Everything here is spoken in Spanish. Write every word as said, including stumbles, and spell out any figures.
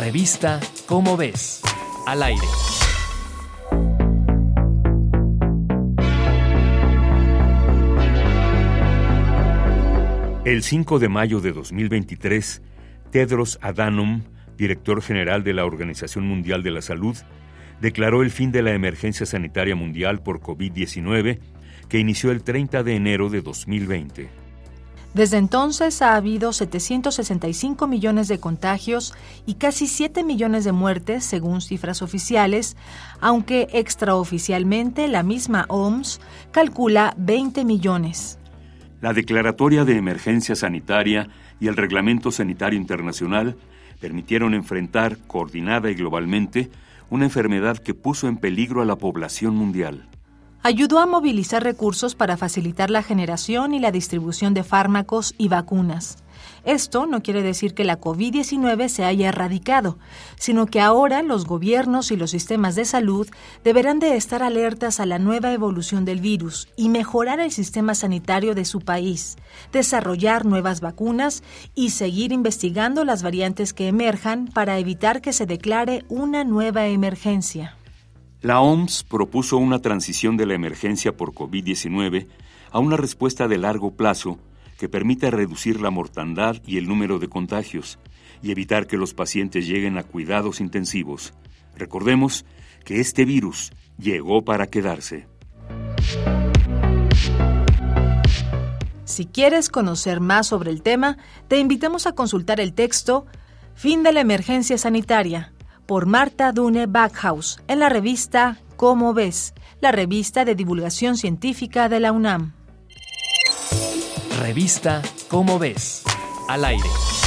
Revista Cómo Ves, al aire. El cinco de mayo de dos mil veintitrés, Tedros Adhanom, director general de la Organización Mundial de la Salud, declaró el fin de la emergencia sanitaria mundial por covid diecinueve, que inició el treinta de enero de dos mil veinte. Desde entonces ha habido setecientos sesenta y cinco millones de contagios y casi siete millones de muertes, según cifras oficiales, aunque extraoficialmente la misma O M S calcula veinte millones. La Declaratoria de Emergencia Sanitaria y el Reglamento Sanitario Internacional permitieron enfrentar, coordinada y globalmente, una enfermedad que puso en peligro a la población mundial. Ayudó a movilizar recursos para facilitar la generación y la distribución de fármacos y vacunas. Esto no quiere decir que la covid diecinueve se haya erradicado, sino que ahora los gobiernos y los sistemas de salud deberán de estar alertas a la nueva evolución del virus y mejorar el sistema sanitario de su país, desarrollar nuevas vacunas y seguir investigando las variantes que emerjan para evitar que se declare una nueva emergencia. La O M S propuso una transición de la emergencia por covid diecinueve a una respuesta de largo plazo que permita reducir la mortandad y el número de contagios y evitar que los pacientes lleguen a cuidados intensivos. Recordemos que este virus llegó para quedarse. Si quieres conocer más sobre el tema, te invitamos a consultar el texto Fin de la emergencia sanitaria, por Marta Dune Backhaus, en la revista Cómo Ves, la revista de divulgación científica de la UNAM. Revista Cómo Ves, al aire.